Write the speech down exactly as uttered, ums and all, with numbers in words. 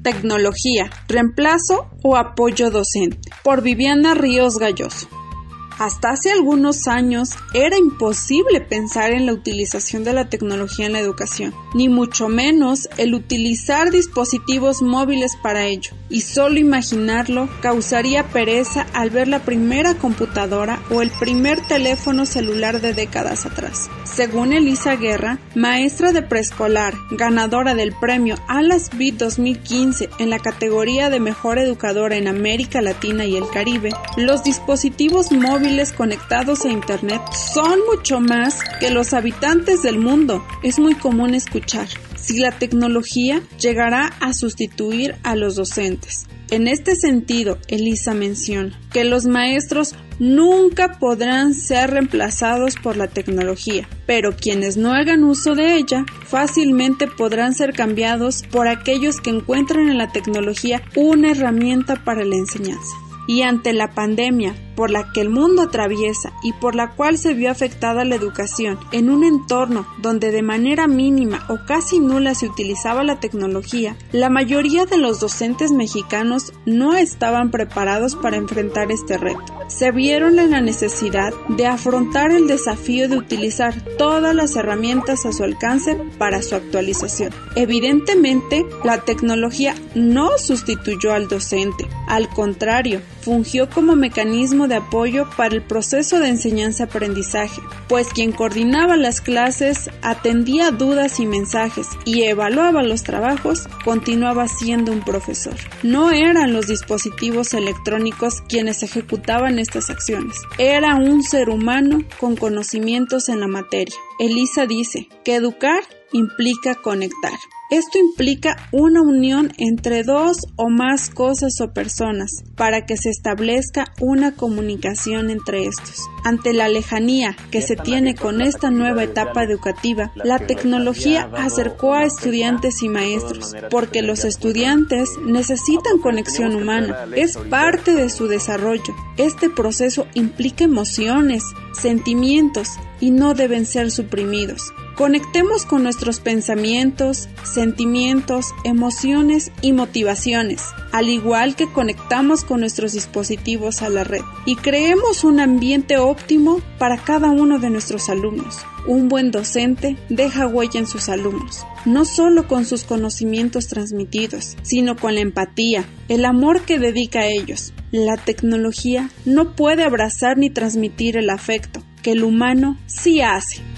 Tecnología, reemplazo o apoyo docente, por Viviana Ríos Galloso. Hasta hace algunos años era imposible pensar en la utilización de la tecnología en la educación, ni mucho menos el utilizar dispositivos móviles para ello, y solo imaginarlo causaría pereza al ver la primera computadora o el primer teléfono celular de décadas atrás. Según Elisa Guerra, maestra de preescolar, ganadora del premio Alas Beat dos mil quince en la categoría de Mejor Educadora en América Latina y el Caribe, los dispositivos móviles conectados a Internet son mucho más que los habitantes del mundo. Es muy común escuchar si la tecnología llegará a sustituir a los docentes. En este sentido, Elisa menciona que los maestros nunca podrán ser reemplazados por la tecnología, pero quienes no hagan uso de ella fácilmente podrán ser cambiados por aquellos que encuentran en la tecnología una herramienta para la enseñanza. Y ante la pandemia por la que el mundo atraviesa y por la cual se vio afectada la educación en un entorno donde de manera mínima o casi nula se utilizaba la tecnología, la mayoría de los docentes mexicanos no estaban preparados para enfrentar este reto. Se vieron en la necesidad de afrontar el desafío de utilizar todas las herramientas a su alcance para su actualización. Evidentemente, la tecnología no sustituyó al docente, al contrario, fungió como mecanismo de apoyo para el proceso de enseñanza-aprendizaje, pues quien coordinaba las clases, atendía dudas y mensajes y evaluaba los trabajos, continuaba siendo un profesor. No eran los dispositivos electrónicos quienes ejecutaban estas acciones, era un ser humano con conocimientos en la materia. Elisa dice que educar implica conectar. Esto implica una unión entre dos o más cosas o personas para que se establezca una comunicación entre estos. Ante la lejanía que se tiene con esta nueva etapa educativa, la tecnología acercó a estudiantes y maestros, porque los estudiantes necesitan conexión humana, es parte de su desarrollo. Este proceso implica emociones, sentimientos y no deben ser suprimidos. Conectemos con nuestros pensamientos, sentimientos, emociones y motivaciones, al igual que conectamos con nuestros dispositivos a la red, y creemos un ambiente óptimo para cada uno de nuestros alumnos. Un buen docente deja huella en sus alumnos, no solo con sus conocimientos transmitidos, sino con la empatía, el amor que dedica a ellos. La tecnología no puede abrazar ni transmitir el afecto, que el humano sí hace.